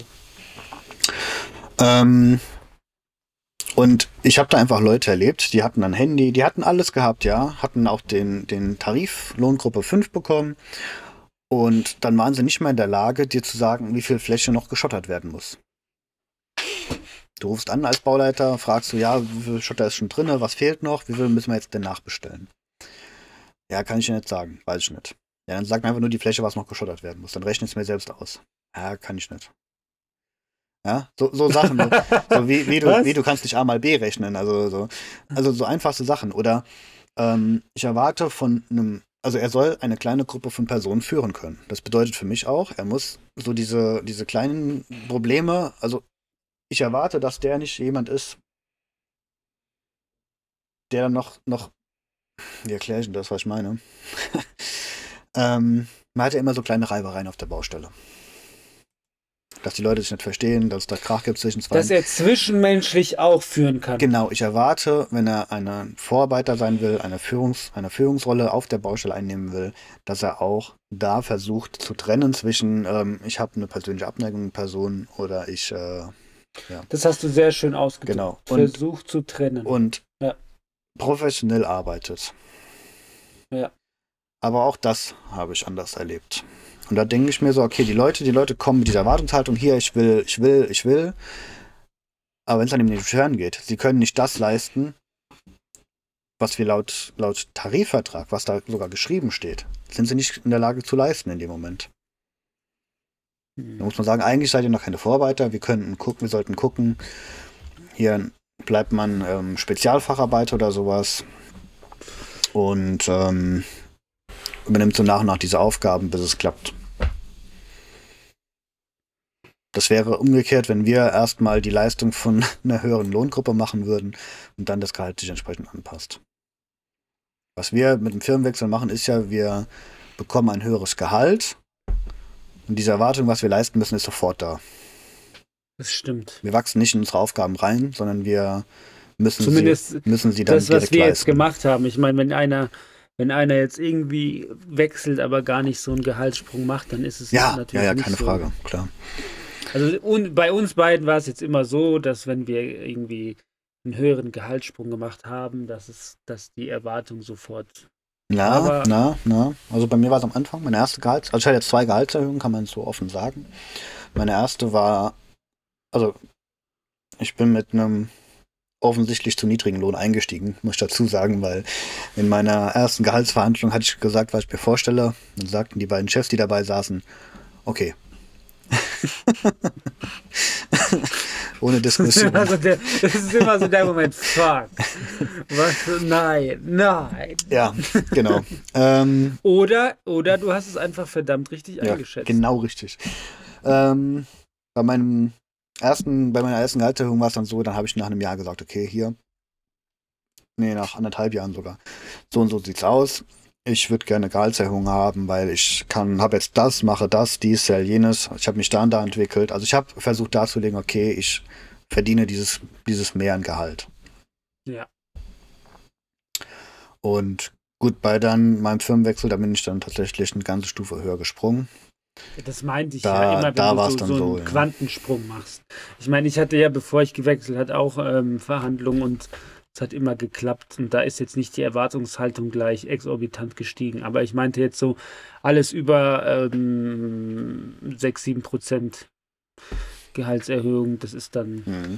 Und ich habe da einfach Leute erlebt, die hatten ein Handy, die hatten alles gehabt, ja, hatten auch den Tarif Lohngruppe 5 bekommen und dann waren sie nicht mehr in der Lage, dir zu sagen, wie viel Fläche noch geschottert werden muss. Du rufst an als Bauleiter, fragst du, ja, wie viel Schotter ist schon drin, was fehlt noch, wie viel müssen wir jetzt denn nachbestellen? Ja, kann ich dir nicht sagen, weiß ich nicht. Ja, dann sag mir einfach nur die Fläche, was noch geschottert werden muss, dann rechne ich es mir selbst aus. Ja, kann ich nicht. Ja, so Sachen, so wie du kannst nicht A mal B rechnen, also so einfachste Sachen. Oder ich erwarte also er soll eine kleine Gruppe von Personen führen können. Das bedeutet für mich auch, er muss so diese kleinen Probleme, also ich erwarte, dass der nicht jemand ist, der noch, wie erkläre ich denn das, was ich meine? Man hat ja immer so kleine Reibereien auf der Baustelle. Dass die Leute sich nicht verstehen, dass es da Krach gibt zwischen zwei. Dass er zwischenmenschlich auch führen kann. Genau, ich erwarte, wenn er ein Vorarbeiter sein will, eine Führungsrolle auf der Baustelle einnehmen will, dass er auch da versucht zu trennen zwischen, ich habe eine persönliche Abneigung an Person oder ich, ja. Das hast du sehr schön ausgedrückt. Genau. Versucht zu trennen. Und Ja. professionell arbeitet. Ja. Aber auch das habe ich anders erlebt. Und da denke ich mir so, okay, die Leute kommen mit dieser Erwartungshaltung, hier, ich will. Aber wenn es an dem nicht hören geht, sie können nicht das leisten, was wir laut Tarifvertrag, was da sogar geschrieben steht, sind sie nicht in der Lage zu leisten in dem Moment. Da muss man sagen, eigentlich seid ihr noch keine Vorarbeiter, wir sollten gucken, hier bleibt man Spezialfacharbeiter oder sowas und übernimmt so nach und nach diese Aufgaben, bis es klappt. Das wäre umgekehrt, wenn wir erstmal die Leistung von einer höheren Lohngruppe machen würden und dann das Gehalt sich entsprechend anpasst. Was wir mit dem Firmenwechsel machen, ist ja, wir bekommen ein höheres Gehalt und diese Erwartung, was wir leisten müssen, ist sofort da. Das stimmt. Wir wachsen nicht in unsere Aufgaben rein, sondern wir müssen Zumindest sie dann das, was direkt wir leisten. jetzt gemacht haben. Ich meine, wenn einer jetzt irgendwie wechselt, aber gar nicht so einen Gehaltssprung macht, dann ist es Ja, natürlich ja, nicht keine so. Frage, klar. Also bei uns beiden war es jetzt immer so, dass wenn wir irgendwie einen höheren Gehaltssprung gemacht haben, dass die Erwartung sofort da war. Also bei mir war es am Anfang meine erste also ich hatte jetzt 2 Gehaltserhöhungen, kann man so offen sagen. Meine erste war, also ich bin mit einem offensichtlich zu niedrigen Lohn eingestiegen, muss ich dazu sagen, weil in meiner ersten Gehaltsverhandlung hatte ich gesagt, was ich mir vorstelle. Dann sagten die beiden Chefs, die dabei saßen, okay. Ohne Diskussion. Das ist immer so der Moment, fuck. Was? Nein. Ja, genau. Oder du hast es einfach verdammt richtig eingeschätzt. Genau richtig. Bei meiner ersten Gehaltserhöhung war es dann so, dann habe ich nach einem Jahr gesagt, okay, nach 1,5 Jahren sogar. So und so sieht's aus. Ich würde gerne Gehaltserhöhung haben, weil habe jetzt das, mache das, dies, jenes. Ich habe mich da und da entwickelt. Also ich habe versucht darzulegen, okay, ich verdiene dieses mehr an Gehalt. Ja. Und gut, bei dann meinem Firmenwechsel, da bin ich dann tatsächlich eine ganze Stufe höher gesprungen. Das meinte ich ja immer, wenn du so einen Quantensprung machst. Ich meine, ich hatte ja, bevor ich gewechselt habe, auch Verhandlungen und es hat immer geklappt. Und da ist jetzt nicht die Erwartungshaltung gleich exorbitant gestiegen. Aber ich meinte jetzt so, alles über 6-7% Gehaltserhöhung, das ist dann,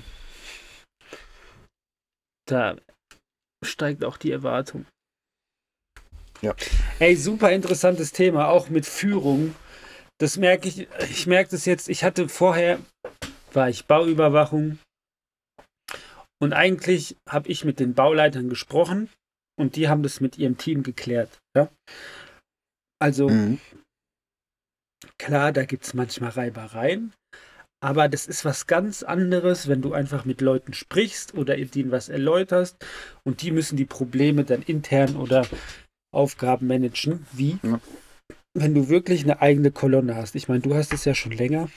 da steigt auch die Erwartung. Ja. Ey, super interessantes Thema, auch mit Führung. Das merke ich merke das jetzt, war ich Bauüberwachung und eigentlich habe ich mit den Bauleitern gesprochen und die haben das mit ihrem Team geklärt. Ja? Also klar, da gibt es manchmal Reibereien, aber das ist was ganz anderes, wenn du einfach mit Leuten sprichst oder denen was erläuterst und die müssen die Probleme dann intern oder Aufgaben managen. Wie? Ja. Wenn du wirklich eine eigene Kolonne hast. Ich meine, du hast es ja schon länger.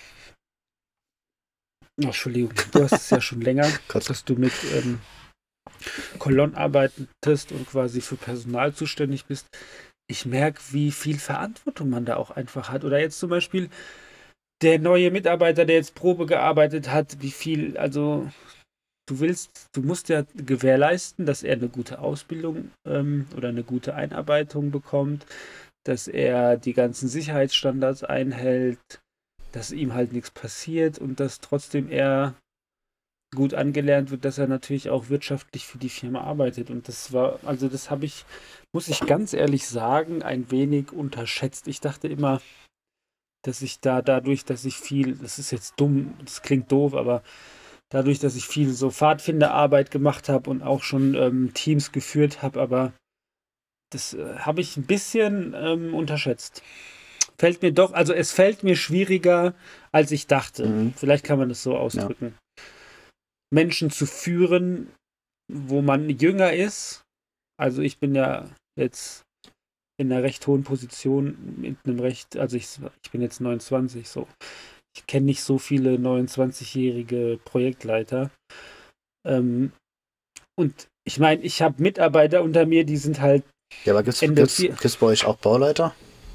Oh, Entschuldigung, du hast es ja schon länger, dass du mit Kolonnen arbeitest und quasi für Personal zuständig bist. Ich merke, wie viel Verantwortung man da auch einfach hat. Oder jetzt zum Beispiel der neue Mitarbeiter, der jetzt Probe gearbeitet hat, wie viel, also du musst ja gewährleisten, dass er eine gute Ausbildung oder eine gute Einarbeitung bekommt, dass er die ganzen Sicherheitsstandards einhält, dass ihm halt nichts passiert und dass trotzdem er gut angelernt wird, dass er natürlich auch wirtschaftlich für die Firma arbeitet. Und das habe ich, muss ich ganz ehrlich sagen, ein wenig unterschätzt. Ich dachte immer, dass ich dadurch, dass ich viel, das ist jetzt dumm, das klingt doof, aber dadurch, dass ich viel so Pfadfinderarbeit gemacht habe und auch schon Teams geführt habe, aber das habe ich ein bisschen unterschätzt. Es fällt mir schwieriger, als ich dachte. Vielleicht kann man das so ausdrücken. Ja. Menschen zu führen, wo man jünger ist. Also ich bin ja jetzt in einer recht hohen Position, ich bin jetzt 29, so. Ich kenne nicht so viele 29-jährige Projektleiter. Und ich meine, ich habe Mitarbeiter unter mir, die sind halt. Ja, aber gibt's bei euch auch Bauleiter?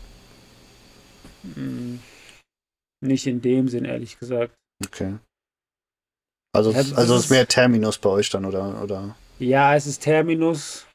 Nicht in dem Sinn, ehrlich gesagt. Okay. Also es ist mehr Terminus bei euch dann, oder? Ja, es ist Terminus.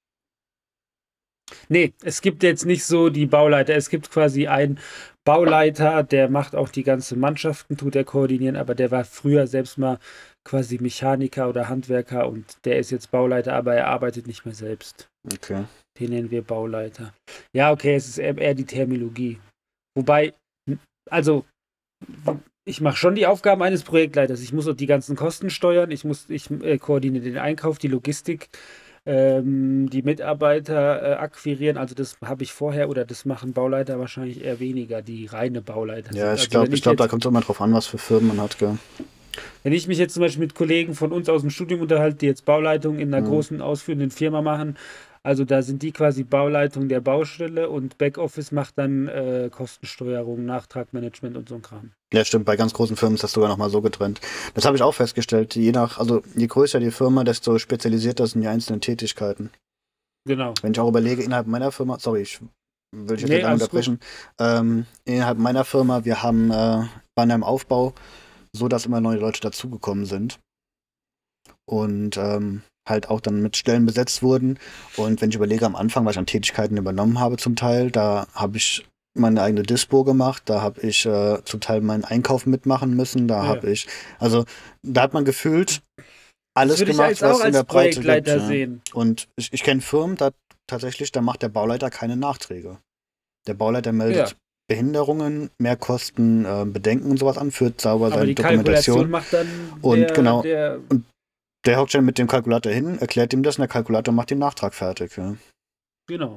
Nee, es gibt jetzt nicht so die Bauleiter. Es gibt quasi einen Bauleiter, der macht auch die ganzen Mannschaften, tut er koordinieren, aber der war früher selbst mal quasi Mechaniker oder Handwerker und der ist jetzt Bauleiter, aber er arbeitet nicht mehr selbst. Okay. Den nennen wir Bauleiter. Ja, okay, es ist eher die Terminologie. Wobei, also ich mache schon die Aufgaben eines Projektleiters. Ich muss auch die ganzen Kosten steuern, ich koordiniere den Einkauf, die Logistik, die Mitarbeiter akquirieren. Also das habe ich vorher oder das machen Bauleiter wahrscheinlich eher weniger, die reine Bauleiter. Ja, ich glaube, da kommt es immer drauf an, was für Firmen man hat, gell? Wenn ich mich jetzt zum Beispiel mit Kollegen von uns aus dem Studium unterhalte, die jetzt Bauleitung in einer großen ausführenden Firma machen, also da sind die quasi Bauleitung der Baustelle und Backoffice macht dann Kostensteuerung, Nachtragmanagement und so ein Kram. Ja, stimmt. Bei ganz großen Firmen ist das sogar nochmal so getrennt. Das habe ich auch festgestellt. Je größer die Firma, desto spezialisierter sind die einzelnen Tätigkeiten. Genau. Wenn ich auch überlege, innerhalb meiner Firma, sorry, ich will ich jetzt Nee, nicht lange alles gut. unterbrechen. Innerhalb meiner Firma, wir waren ja im Aufbau, so dass immer neue Leute dazugekommen sind und halt auch dann mit Stellen besetzt wurden. Und wenn ich überlege, am Anfang, was ich an Tätigkeiten übernommen habe zum Teil, da habe ich meine eigene Dispo gemacht, da habe ich zum Teil meinen Einkauf mitmachen müssen, Ja. also da hat man gefühlt Das alles würde ich gemacht, jetzt was auch in der als Breite gibt. Projektleiter Ja. sehen. Und ich kenne Firmen, da macht der Bauleiter keine Nachträge. Der Bauleiter Ja. meldet Behinderungen, Mehrkosten, Bedenken und sowas an, führt sauber Aber seine die Kalkulation Dokumentation. macht dann Und genau, der. und der hockt dann mit dem Kalkulator hin, erklärt ihm das und der Kalkulator macht den Nachtrag fertig. Ja. Genau.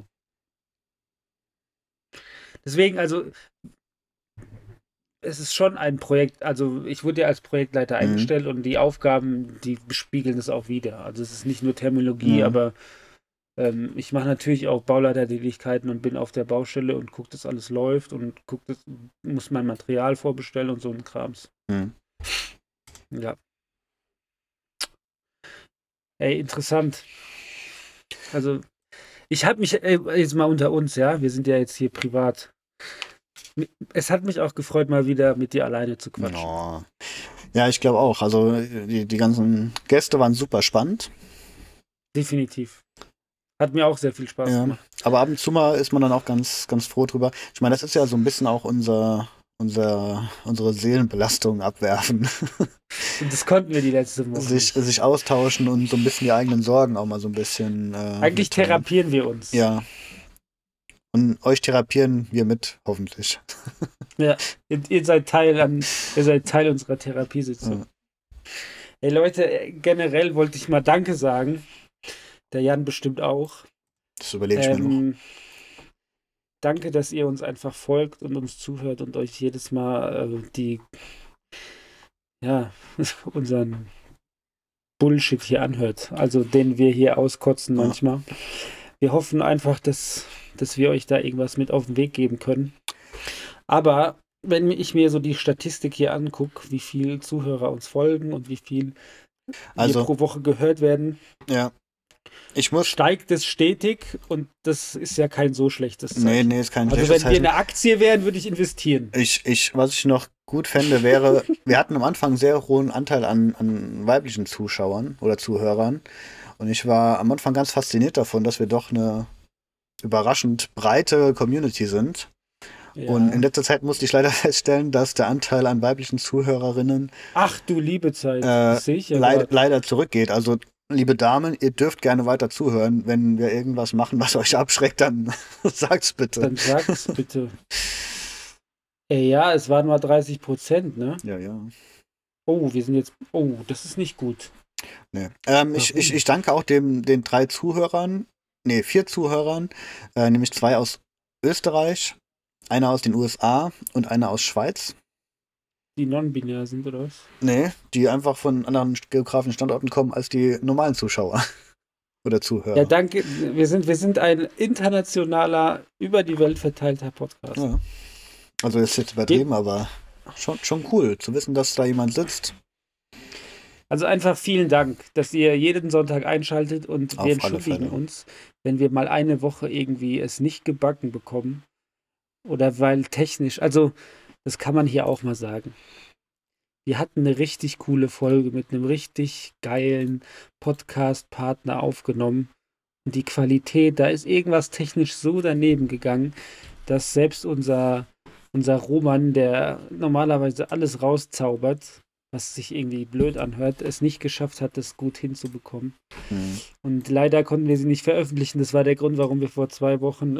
Deswegen, also, es ist schon ein Projekt. Also, ich wurde ja als Projektleiter Mhm. eingestellt und die Aufgaben, die spiegeln das auch wieder. Also, es ist nicht nur Terminologie, Mhm. aber ich mache natürlich auch Bauleitertätigkeiten und bin auf der Baustelle und gucke, dass alles läuft und muss mein Material vorbestellen und so ein Krams. Mhm. Ja. Ey, interessant. Also, ich habe mich, jetzt mal unter uns, ja, wir sind ja jetzt hier privat. Es hat mich auch gefreut, mal wieder mit dir alleine zu quatschen. No. Ja, ich glaube auch. Also die ganzen Gäste waren super spannend. Definitiv. Hat mir auch sehr viel Spaß Ja. gemacht. Aber ab und zu mal ist man dann auch ganz, ganz froh drüber. Ich meine, das ist ja so ein bisschen auch unsere Seelenbelastung abwerfen. Und das konnten wir die letzte Woche nicht. sich austauschen und so ein bisschen die eigenen Sorgen auch mal so ein bisschen. Eigentlich mitteilen. therapieren wir uns. Ja. Und euch therapieren wir mit, hoffentlich. Ja, ihr seid Teil unserer Therapiesitzung. Ja. Ey Leute, generell wollte ich mal Danke sagen. Der Jan bestimmt auch. Das überlege ich mir noch. Danke, dass ihr uns einfach folgt und uns zuhört und euch jedes Mal unseren Bullshit hier anhört. Also den wir hier auskotzen manchmal. Wir hoffen einfach, dass wir euch da irgendwas mit auf den Weg geben können. Aber wenn ich mir so die Statistik hier angucke, wie viel Zuhörer uns folgen und wie viel wir pro Woche gehört werden, ja. steigt es stetig und das ist ja kein so schlechtes Zeichen. Nee, ist kein also schlechtes wenn wir eine Aktie wären, würde ich investieren. Was ich noch gut fände, wäre, wir hatten am Anfang einen sehr hohen Anteil an weiblichen Zuschauern oder Zuhörern und ich war am Anfang ganz fasziniert davon, dass wir doch eine überraschend breite Community sind. Ja. Und in letzter Zeit musste ich leider feststellen, dass der Anteil an weiblichen Zuhörerinnen ach du liebe Zeit, das sehe ich ja leider zurückgeht. Also liebe Damen, ihr dürft gerne weiter zuhören. Wenn wir irgendwas machen, was euch abschreckt, dann sagt's bitte. Dann sag's bitte. Ja, es waren nur 30%, ne? Ja. Oh, das ist nicht gut. Nee. Ich danke auch den 4 Zuhörern, nämlich 2 aus Österreich, einer aus den USA und einer aus Schweiz. Die non-binär sind, oder was? Nee, die einfach von anderen geografischen Standorten kommen als die normalen Zuschauer oder Zuhörer. Ja, danke. Wir sind ein internationaler, über die Welt verteilter Podcast. Ja. Also ist jetzt übertrieben, aber schon cool zu wissen, dass da jemand sitzt. Also einfach vielen Dank, dass ihr jeden Sonntag einschaltet und wir entschuldigen uns, wenn wir mal eine Woche irgendwie es nicht gebacken bekommen. Oder weil technisch, also das kann man hier auch mal sagen. Wir hatten eine richtig coole Folge mit einem richtig geilen Podcast-Partner aufgenommen. Und die Qualität, da ist irgendwas technisch so daneben gegangen, dass selbst unser Roman, der normalerweise alles rauszaubert, was sich irgendwie blöd anhört, es nicht geschafft hat, das gut hinzubekommen. Mhm. Und leider konnten wir sie nicht veröffentlichen. Das war der Grund, warum wir vor 2 Wochen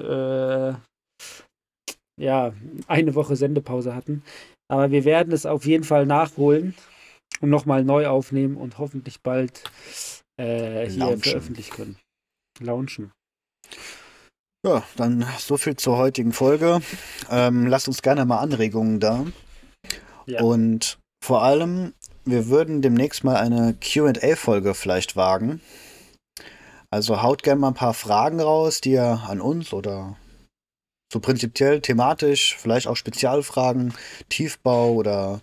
eine Woche Sendepause hatten. Aber wir werden es auf jeden Fall nachholen und nochmal neu aufnehmen und hoffentlich bald hier veröffentlichen können. Launchen. Ja, dann so viel zur heutigen Folge. Lasst uns gerne mal Anregungen da. Ja. Und vor allem, wir würden demnächst mal eine Q&A-Folge vielleicht wagen. Also haut gerne mal ein paar Fragen raus, die ihr an uns oder so prinzipiell, thematisch, vielleicht auch Spezialfragen, Tiefbau oder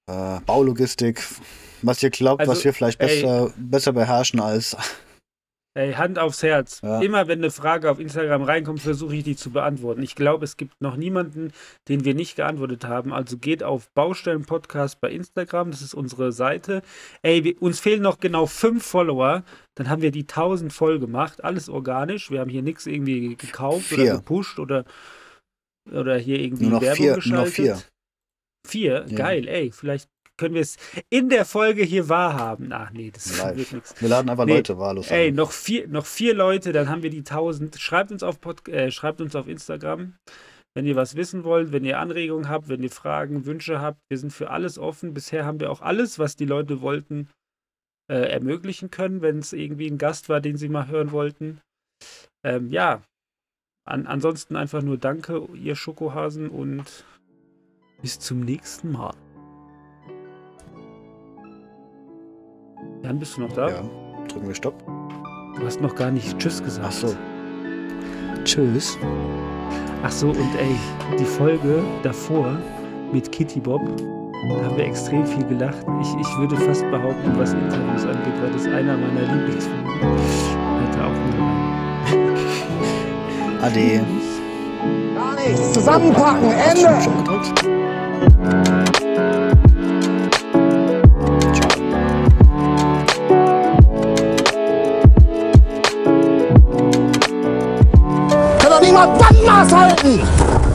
Baulogistik, was ihr glaubt, was wir vielleicht besser beherrschen als Ey, Hand aufs Herz. Ja. Immer wenn eine Frage auf Instagram reinkommt, versuche ich die zu beantworten. Ich glaube, es gibt noch niemanden, den wir nicht geantwortet haben. Also geht auf Baustellen-Podcast bei Instagram. Das ist unsere Seite. Ey, uns fehlen noch genau 5 Follower. Dann haben wir die 1000 voll gemacht. Alles organisch. Wir haben hier nichts irgendwie gekauft 4. oder gepusht oder hier irgendwie Nur noch Werbung 4, geschaltet. nur noch 4. 4? Ja. Geil, ey. Vielleicht können wir es in der Folge hier wahrhaben. Ach nee, das Live. wird nichts. Wir laden einfach Nee, Leute wahllos Ey, ein. noch vier Leute, dann haben wir die 1000. Schreibt uns auf Instagram, wenn ihr was wissen wollt, wenn ihr Anregungen habt, wenn ihr Fragen, Wünsche habt. Wir sind für alles offen. Bisher haben wir auch alles, was die Leute wollten, ermöglichen können, wenn es irgendwie ein Gast war, den sie mal hören wollten. Ja, ansonsten einfach nur danke, ihr Schokohasen, und bis zum nächsten Mal. Jan, bist du noch da? Ja. Drücken wir Stopp. Du hast noch gar nicht Tschüss gesagt. Ach so. Tschüss. Ach so, und ey, die Folge davor mit Kitty Bob, da haben wir extrem viel gelacht. Ich würde fast behaupten, was Interviews angeht, war das einer meiner Lieblingsfolgen. Hört auch mal rein. Ade. Gar nichts. Zusammenpacken. Ende. Schon gedrückt? Kann doch niemand Bandmaß halten.